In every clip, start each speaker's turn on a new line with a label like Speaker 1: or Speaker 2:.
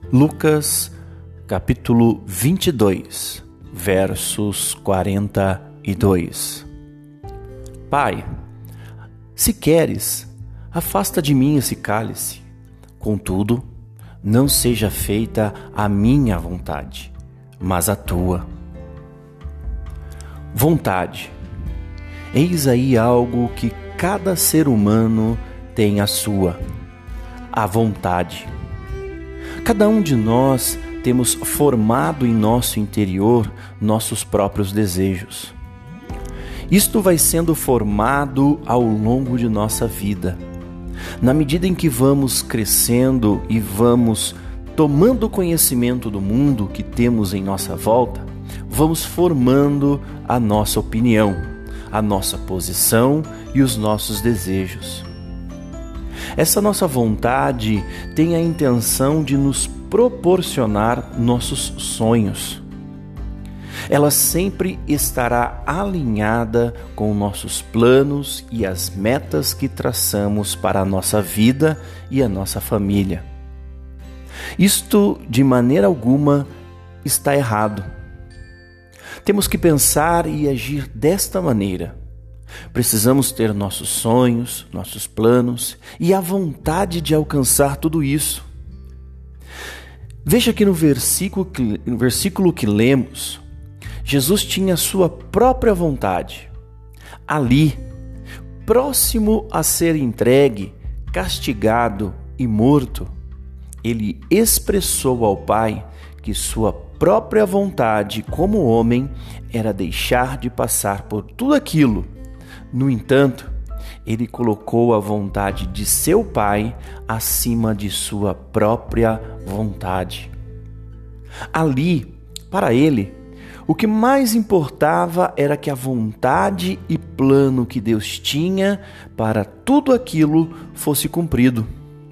Speaker 1: Lucas, capítulo 22, versos 42. Pai, se queres, afasta de mim esse cálice. Contudo, não seja feita a minha vontade, mas a tua. Vontade. Eis aí algo que cada ser humano tem a sua, a vontade. Cada um de nós temos formado em nosso interior nossos próprios desejos. Isto vai sendo formado ao longo de nossa vida. Na medida em que vamos crescendo e vamos tomando conhecimento do mundo que temos em nossa volta, vamos formando a nossa opinião, a nossa posição e os nossos desejos. Essa nossa vontade tem a intenção de nos proporcionar nossos sonhos. Ela sempre estará alinhada com nossos planos e as metas que traçamos para a nossa vida e a nossa família. Isto, de maneira alguma, está errado. Temos que pensar e agir desta maneira. Precisamos ter nossos sonhos, nossos planos e a vontade de alcançar tudo isso. Veja que no versículo que lemos, Jesus tinha sua própria vontade. Ali, próximo a ser entregue, castigado e morto, ele expressou ao Pai que sua própria vontade como homem era deixar de passar por tudo aquilo. No entanto, ele colocou a vontade de seu Pai acima de sua própria vontade. Ali, para ele, o que mais importava era que a vontade e plano que Deus tinha para tudo aquilo fosse cumprido.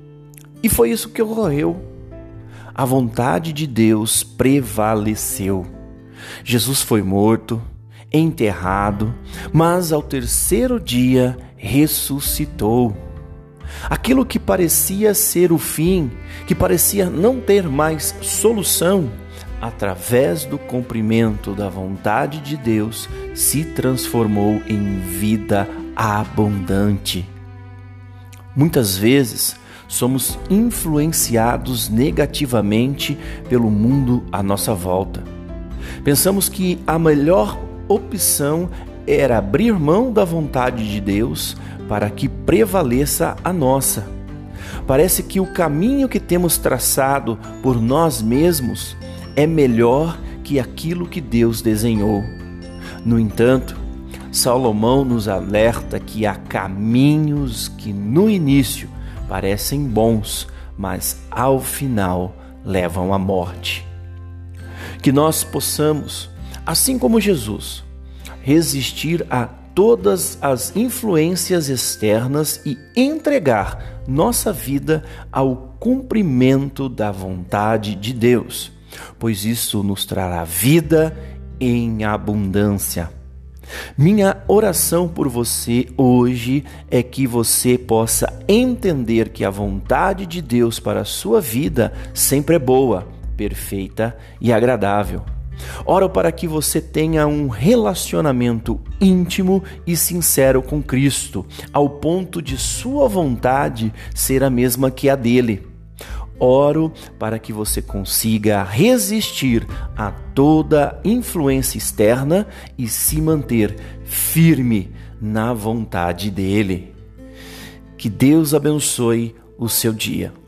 Speaker 1: E foi isso que ocorreu. A vontade de Deus prevaleceu. Jesus foi morto, enterrado, mas ao terceiro dia ressuscitou. Aquilo que parecia ser o fim, que parecia não ter mais solução, através do cumprimento da vontade de Deus, se transformou em vida abundante. Muitas vezes somos influenciados negativamente pelo mundo à nossa volta. Pensamos que a melhor opção era abrir mão da vontade de Deus para que prevaleça a nossa. Parece que o caminho que temos traçado por nós mesmos é melhor que aquilo que Deus desenhou. No entanto, Salomão nos alerta que há caminhos que no início parecem bons, mas ao final levam à morte. Que nós possamos, assim como Jesus, resistir a todas as influências externas e entregar nossa vida ao cumprimento da vontade de Deus, pois isso nos trará vida em abundância. Minha oração por você hoje é que você possa entender que a vontade de Deus para a sua vida sempre é boa, perfeita e agradável. Oro para que você tenha um relacionamento íntimo e sincero com Cristo, ao ponto de sua vontade ser a mesma que a dele. Oro para que você consiga resistir a toda influência externa e se manter firme na vontade dele. Que Deus abençoe o seu dia.